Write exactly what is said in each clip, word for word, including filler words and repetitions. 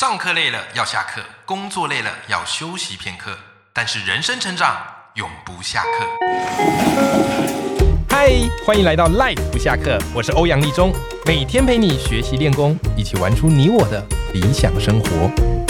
上课累了要下课，工作累了要休息片刻，但是人生成长永不下课。嗨，欢迎来到 Life 不下课，我是欧阳立中，每天陪你学习练功，一起玩出你我的理想生活。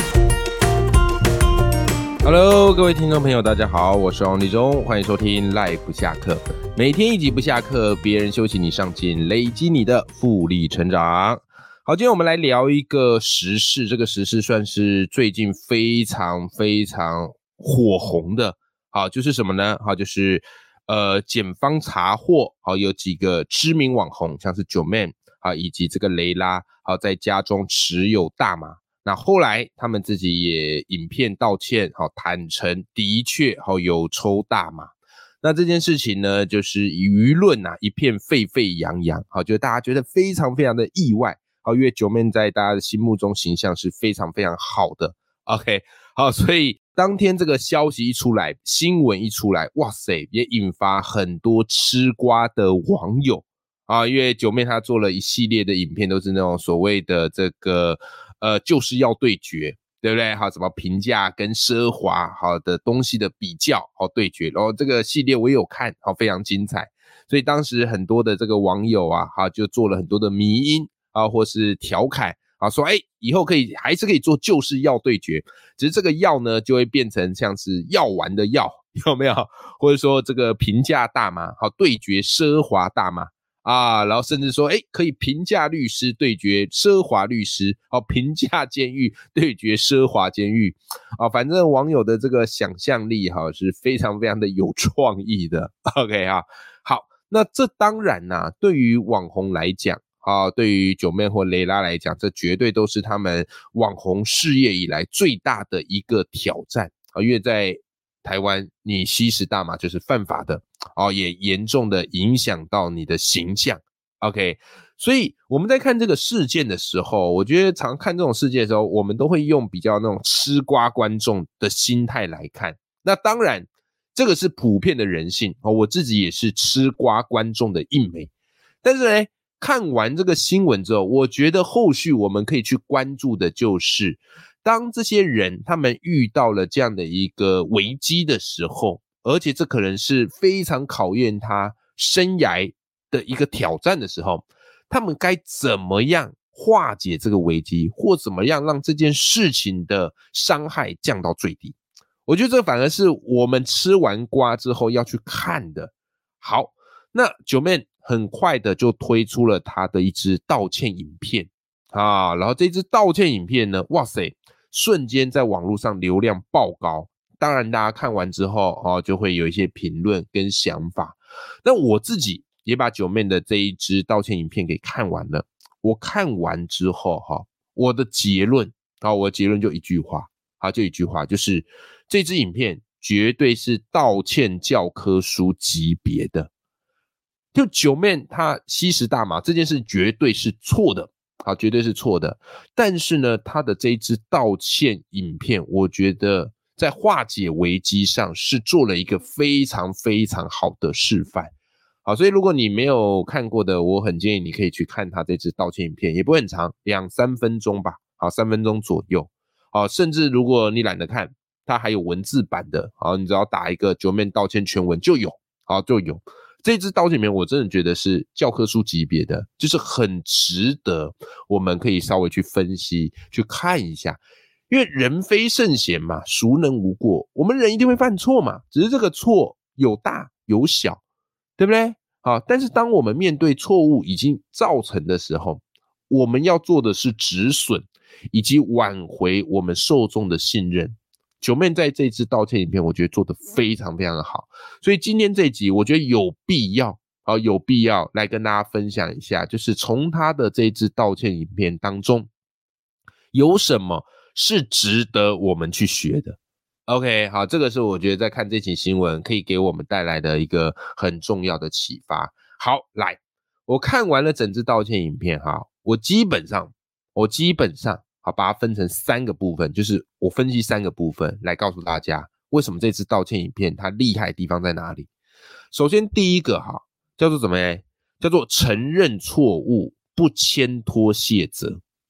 Hello， 各位听众朋友，大家好，我是欧阳立中，欢迎收听 Life 不下课，每天一集不下课，别人休息你上进，累积你的复利成长。好，今天我们来聊一个时事，这个时事算是最近非常非常火红的，好，就是什么呢？好，就是呃，检方查获，好，有几个知名网红，像是九妹啊，以及这个雷拉，好，在家中持有大麻。那后来他们自己也影片道歉，好，坦诚的确好有抽大麻。那这件事情呢，就是舆论啊一片沸沸扬扬，好，就大家觉得非常非常的意外。好，因为九妹在大家的心目中形象是非常非常好的 ，OK， 好，所以当天这个消息一出来，新闻一出来，哇塞，也引发很多吃瓜的网友啊，因为九妹她做了一系列的影片，都是那种所谓的这个呃就是要对决，对不对？好，什么平价跟奢华好的东西的比较，好对决，然后这个系列我也有看，好非常精彩，所以当时很多的这个网友啊，哈就做了很多的迷因。啊，或是调侃啊，说哎，以后可以还是可以做就是要对决，只是这个药呢就会变成像是药丸的药，有没有？或者说这个平价大麻，好对决奢华大麻啊，然后甚至说哎，可以平价律师对决奢华律师，好平价监狱对决奢华监狱啊，反正网友的这个想象力哈是非常非常的有创意的 ，OK 哈，好，那这当然啦、啊，对于网红来讲。啊，对于九妹或雷拉来讲，这绝对都是他们网红事业以来最大的一个挑战啊！因为在台湾，你吸食大麻就是犯法的啊，也严重的影响到你的形象。OK， 所以我们在看这个事件的时候，我觉得常看这种事件的时候，我们都会用比较那种吃瓜观众的心态来看。那当然，这个是普遍的人性啊，我自己也是吃瓜观众的一枚，但是呢。看完这个新闻之后，我觉得后续我们可以去关注的就是，当这些人他们遇到了这样的一个危机的时候，而且这可能是非常考验他生涯的一个挑战的时候，他们该怎么样化解这个危机，或怎么样让这件事情的伤害降到最低。我觉得这反而是我们吃完瓜之后要去看的。好，那九妹很快的就推出了他的一支道歉影片啊，然后这支道歉影片呢，哇塞，瞬间在网络上流量爆高。当然大家看完之后啊，就会有一些评论跟想法。那我自己也把九妹的这一支道歉影片给看完了。我看完之后哈，我的结论啊，我的结论就一句话，啊，就一句话，就是这支影片绝对是道歉教科书级别的。就九妹她吸食大麻这件事绝对是错的，好，绝对是错的。但是呢，她的这一支道歉影片，我觉得在化解危机上是做了一个非常非常好的示范。好，所以如果你没有看过的，我很建议你可以去看她这支道歉影片，也不会很长，两三分钟吧，好，三分钟左右。好，甚至如果你懒得看，它还有文字版的，好，你只要打一个九妹道歉全文就有，好，就有。这支道歉影片我真的觉得是教科书级别的，就是很值得我们可以稍微去分析去看一下，因为人非圣贤嘛，孰能无过，我们人一定会犯错嘛，只是这个错有大有小，对不对？好，但是当我们面对错误已经造成的时候，我们要做的是止损以及挽回我们受众的信任。九妹在这支道歉影片我觉得做得非常非常的好，所以今天这一集我觉得有必要、啊、有必要来跟大家分享一下，就是从他的这支道歉影片当中有什么是值得我们去学的。 OK， 好，这个是我觉得在看这期新闻可以给我们带来的一个很重要的启发。好，来，我看完了整支道歉影片哈，我基本上我基本上好，把它分成三个部分，就是我分析三个部分来告诉大家为什么这支道歉影片它厉害的地方在哪里。首先第一个哈，叫做怎么样？叫做承认错误，不牵拖卸责。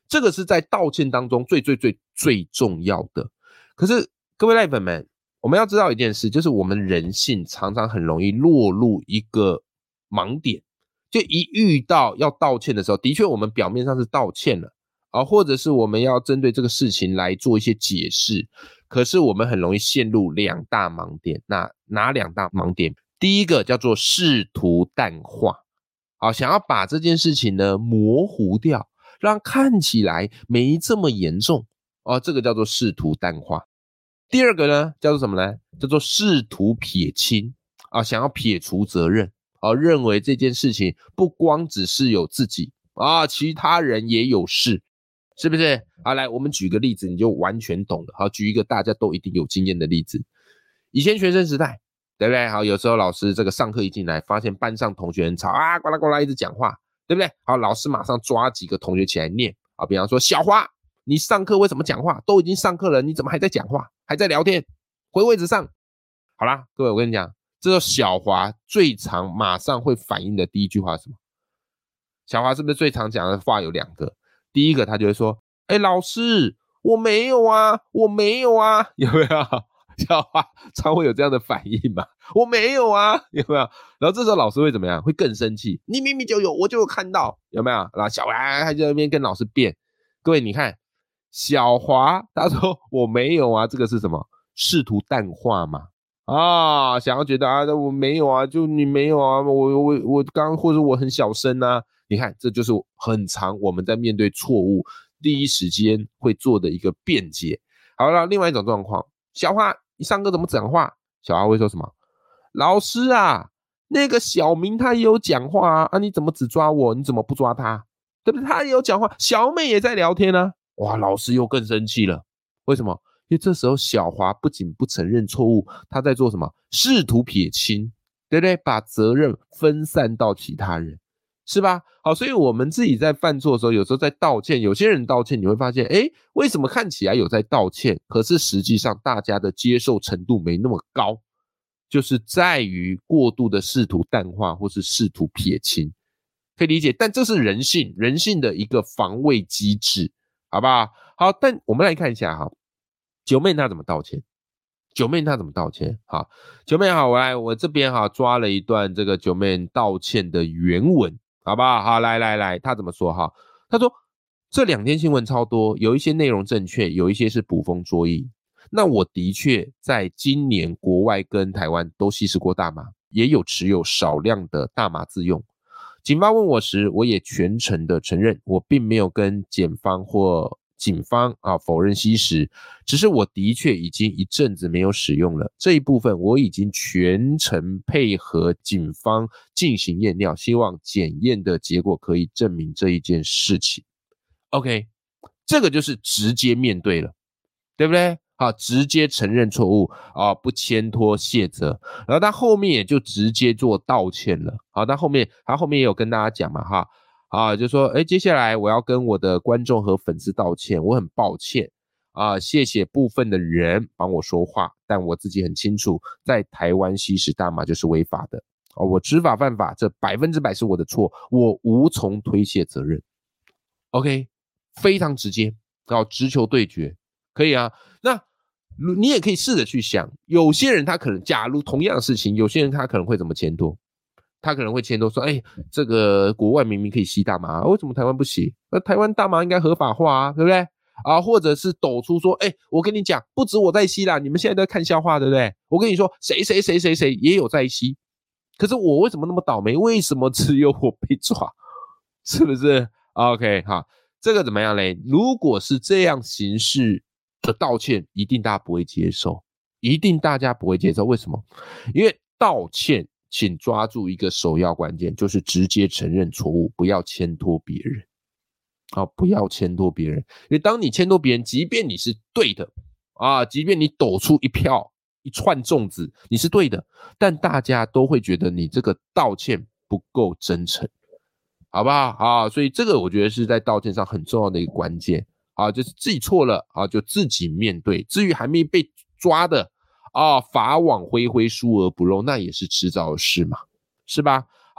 这个是在道歉当中最最最最重要的。可是各位赖粉们，我们要知道一件事，就是我们人性常常很容易落入一个盲点，就一遇到要道歉的时候，的确我们表面上是道歉了啊，或者是我们要针对这个事情来做一些解释，可是我们很容易陷入两大盲点。那哪两大盲点？第一个叫做试图淡化，好，想要把这件事情呢模糊掉，让看起来没这么严重哦，这个叫做试图淡化。第二个呢叫做什么呢？叫做试图撇清啊，想要撇除责任啊，认为这件事情不光只是有自己啊，其他人也有事，是不是？好，来我们举个例子你就完全懂了。好，举一个大家都一定有经验的例子。以前学生时代，对不对？好，有时候老师这个上课一进来，发现班上同学很吵啊，呱啦呱啦一直讲话，对不对？好，老师马上抓几个同学起来念啊，比方说小花，你上课为什么讲话？都已经上课了，你怎么还在讲话？还在聊天？回位置上。好啦，各位我跟你讲，这时候小华最常马上会反应的第一句话是什么？小华是不是最常讲的话有两个？第一个他就会说，哎，老师我没有啊，我没有啊，有没有？小华常会有这样的反应嘛？我没有啊，有没有？然后这时候老师会怎么样？会更生气，你明明就有，我就有看到，有没有？然后小华他就在那边跟老师辩。各位你看，小华他说我没有啊，这个是什么？试图淡化嘛？啊，想要觉得啊我没有啊，就你没有啊，我我我刚或者我很小声啊。你看，这就是很常我们在面对错误第一时间会做的一个辩解。好了，另外一种状况，小华你上课怎么讲话？小华会说什么？老师啊，那个小明他也有讲话啊，啊你怎么只抓我？你怎么不抓他？对不对？他也有讲话，小美也在聊天啊。哇，老师又更生气了。为什么？因为这时候小华不仅不承认错误，他在做什么？试图撇清，对不对？把责任分散到其他人，是吧？好，所以我们自己在犯错的时候，有时候在道歉，有些人道歉你会发现，诶，为什么看起来有在道歉，可是实际上大家的接受程度没那么高，就是在于过度的试图淡化或是试图撇清，可以理解。但这是人性，人性的一个防卫机制，好不好？好，但我们来看一下哈，九妹她怎么道歉？九妹她怎么道歉？好，九妹好，我来，我这边哈抓了一段这个九妹道歉的原文，好不好？好，来来来，她怎么说哈？她说这两天新闻超多，有一些内容正确，有一些是捕风捉影。那我的确在今年国外跟台湾都吸食过大麻，也有持有少量的大麻自用。警方问我时，我也全程的承认，我并没有跟检方或警方啊否认吸食，只是我的确已经一阵子没有使用了。这一部分我已经全程配合警方进行验尿，希望检验的结果可以证明这一件事情。OK， 这个就是直接面对了，对不对？好，直接承认错误啊，不牵拖卸责，然后他后面也就直接做道歉了。好，他后面他后面也有跟大家讲嘛，哈。啊，就说，哎，接下来我要跟我的观众和粉丝道歉，我很抱歉啊，谢谢部分的人帮我说话，但我自己很清楚，在台湾吸食大麻就是违法的，哦，我知法犯法，这百分之百是我的错，我无从推卸责任。OK， 非常直接，哦，直球对决，可以啊。那你也可以试着去想，有些人他可能，假如同样的事情，有些人他可能会怎么牵拖？他可能会牵拖说，哎，这个国外明明可以吸大麻，为什么台湾不行？那台湾大麻应该合法化啊，对不对？啊，或者是抖出说，哎，我跟你讲，不止我在吸啦，你们现在都在看笑话，对不对？我跟你说，谁谁谁谁谁也有在吸，可是我为什么那么倒霉？为什么只有我被抓？是不是 ？OK， 好，这个怎么样嘞？如果是这样形式的道歉，一定大家不会接受，一定大家不会接受。为什么？因为道歉，请抓住一个首要关键，就是直接承认错误，不要牵拖别人。好，不要牵拖别人，因为当你牵拖别人，即便你是对的啊，即便你抖出一票一串粽子，你是对的，但大家都会觉得你这个道歉不够真诚，好不好？啊，所以这个我觉得是在道歉上很重要的一个关键啊，就是自己错了啊，就自己面对。至于还没被抓的啊，法网恢恢，疏而不漏，那也是迟早的事嘛，是吧？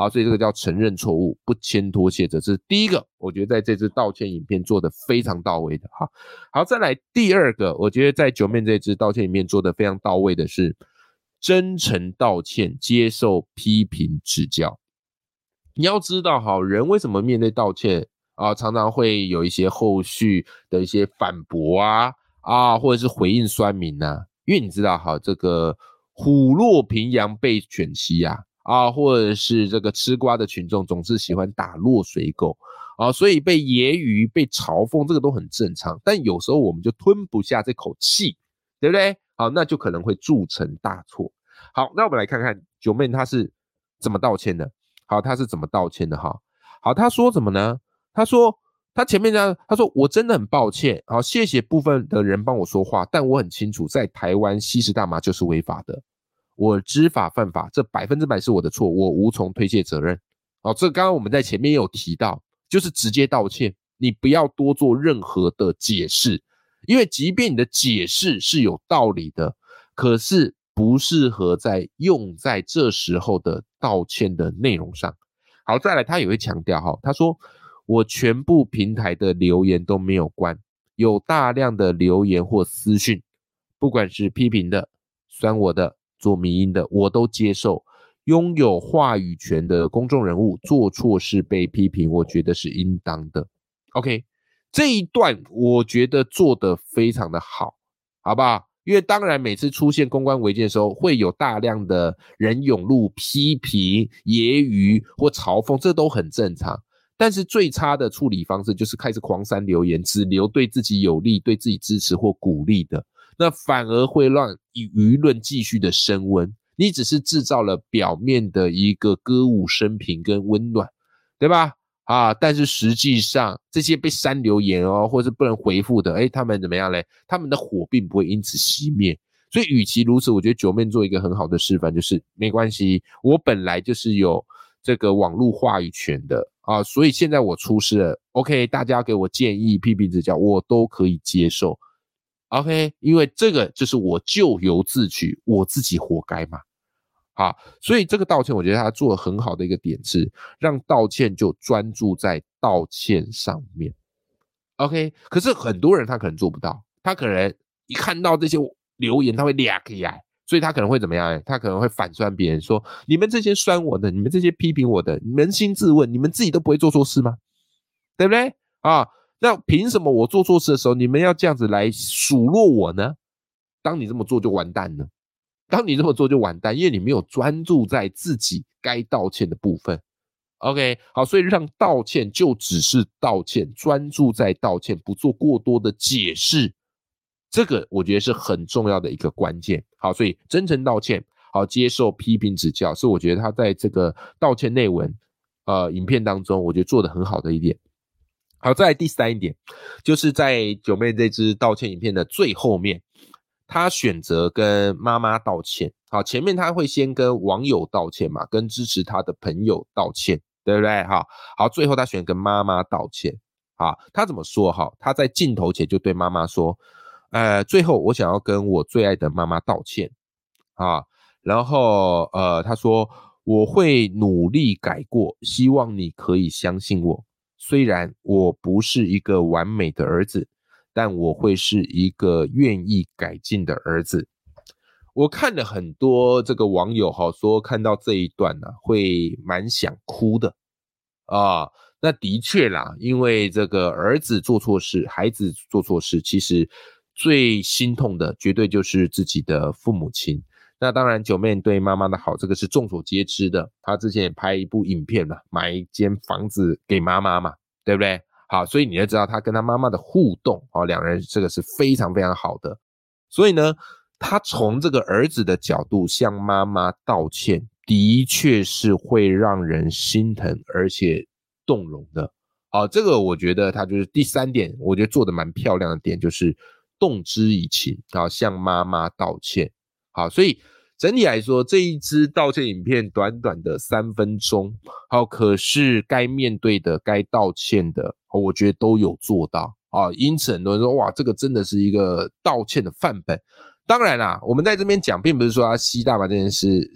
好，所以这个叫承认错误，不牵拖卸责，这是第一个，我觉得在这支道歉影片做得非常到位的。好，好，再来第二个，我觉得在九妹这支道歉影片做得非常到位的是真诚道歉，接受批评指教。你要知道，好，人为什么面对道歉啊，常常会有一些后续的一些反驳啊啊，或者是回应酸民啊，因为你知道，好，这个虎落平阳被犬欺啊。啊，或者是这个吃瓜的群众总是喜欢打落水狗啊，所以被揶揄、被嘲讽，这个都很正常。但有时候我们就吞不下这口气，对不对？好，那就可能会铸成大错。好，那我们来看看九妹她是怎么道歉的。好，她是怎么道歉的哈？好，她说什么呢？她说她前面呢，她说我真的很抱歉，好，谢谢部分的人帮我说话，但我很清楚，在台湾吸食大麻就是违法的。我知法犯法，这百分之百是我的错，我无从推卸责任。好，这刚刚我们在前面也有提到，就是直接道歉，你不要多做任何的解释，因为即便你的解释是有道理的，可是不适合在用在这时候的道歉的内容上。好，再来他也会强调哈，他说我全部平台的留言都没有关，有大量的留言或私讯，不管是批评的、酸我的、做迷因的，我都接受。拥有话语权的公众人物做错事被批评，我觉得是应当的。OK， 这一段我觉得做得非常的好，好不好？因为当然每次出现公关危机的时候，会有大量的人涌入批评、揶揄或嘲讽，这都很正常。但是最差的处理方式就是开始狂删留言，只留对自己有利、对自己支持或鼓励的。那反而会让舆论继续的升温，你只是制造了表面的一个歌舞升平跟温暖，对吧？啊，但是实际上这些被删留言哦，或是不能回复的，诶，他们怎么样嘞？他们的火并不会因此熄灭。所以与其如此，我觉得九妹做一个很好的示范，就是没关系，我本来就是有这个网络话语权的啊，所以现在我出事了 ，OK， 大家给我建议、批评指教，我都可以接受。OK， 因为这个就是我咎由自取，我自己活该嘛。好，所以这个道歉，我觉得他做得很好的一个点是，让道歉就专注在道歉上面。OK， 可是很多人他可能做不到，他可能一看到这些留言，他会俩起来，所以他可能会怎么样？他可能会反酸别人说：你们这些酸我的，你们这些批评我的，扪心自问，你们自己都不会做错事吗？对不对？啊。那凭什么我做错事的时候，你们要这样子来数落我呢？当你这么做就完蛋了，当你这么做就完蛋，因为你没有专注在自己该道歉的部分。OK， 好，所以让道歉就只是道歉，专注在道歉，不做过多的解释，这个我觉得是很重要的一个关键。好，所以真诚道歉，好，接受批评指教，是我觉得他在这个道歉内文呃影片当中，我觉得做得很好的一点。好，再来第三一点，就是在九妹这支道歉影片的最后面，他选择跟妈妈道歉。好，前面他会先跟网友道歉嘛，跟支持他的朋友道歉，对不对？好，好，最后他选跟妈妈道歉。好，他怎么说？好，他在镜头前就对妈妈说，呃，最后我想要跟我最爱的妈妈道歉。啊，然后呃，他说我会努力改过，希望你可以相信我。虽然我不是一个完美的儿子，但我会是一个愿意改进的儿子。我看了很多这个网友哈说看到这一段呢、啊，会蛮想哭的啊。那的确啦，因为这个儿子做错事，孩子做错事，其实最心痛的绝对就是自己的父母亲。那当然九妹对妈妈的好，这个是众所皆知的。她之前也拍一部影片嘛，买一间房子给妈妈嘛，对不对？好，所以你就知道她跟她妈妈的互动，哦，两人这个是非常非常好的。所以呢，她从这个儿子的角度向妈妈道歉，的确是会让人心疼而且动容的。好，这个我觉得她就是第三点，我觉得做得蛮漂亮的点，就是动之以情，好，向妈妈道歉。好，所以整体来说，这一支道歉影片短短的三分钟，好，可是该面对的、该道歉的，我觉得都有做到啊。因此，很多人说，哇，这个真的是一个道歉的范本。当然啦，我们在这边讲，并不是说他吸大麻这件事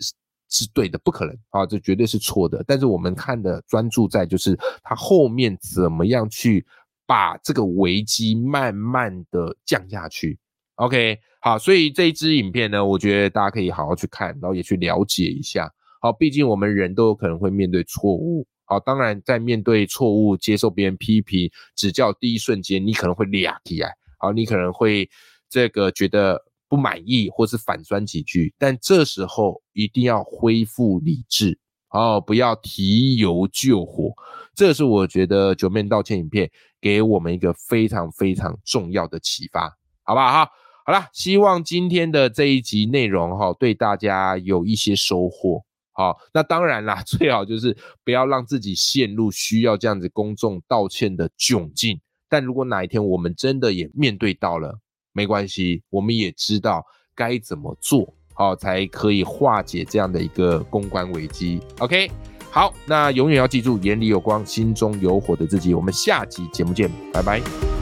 是对的，不可能啊，这绝对是错的。但是我们看的专注在就是他后面怎么样去把这个危机慢慢的降下去。OK， 好，所以这一支影片呢，我觉得大家可以好好去看，然后也去了解一下。好，毕竟我们人都有可能会面对错误。好，当然在面对错误、接受别人批评、指教第一瞬间，你可能会俩起来，好，你可能会这个觉得不满意，或是反酸几句，但这时候一定要恢复理智，好，不要提油救火。这是我觉得九妹道歉影片给我们一个非常非常重要的启发，好不好？好，好啦，希望今天的这一集内容哈，对大家有一些收获。好，那当然啦，最好就是不要让自己陷入需要这样子公众道歉的窘境。但如果哪一天我们真的也面对到了，没关系，我们也知道该怎么做，好，才可以化解这样的一个公关危机。OK， 好，那永远要记住，眼里有光，心中有火的自己。我们下集节目见，拜拜。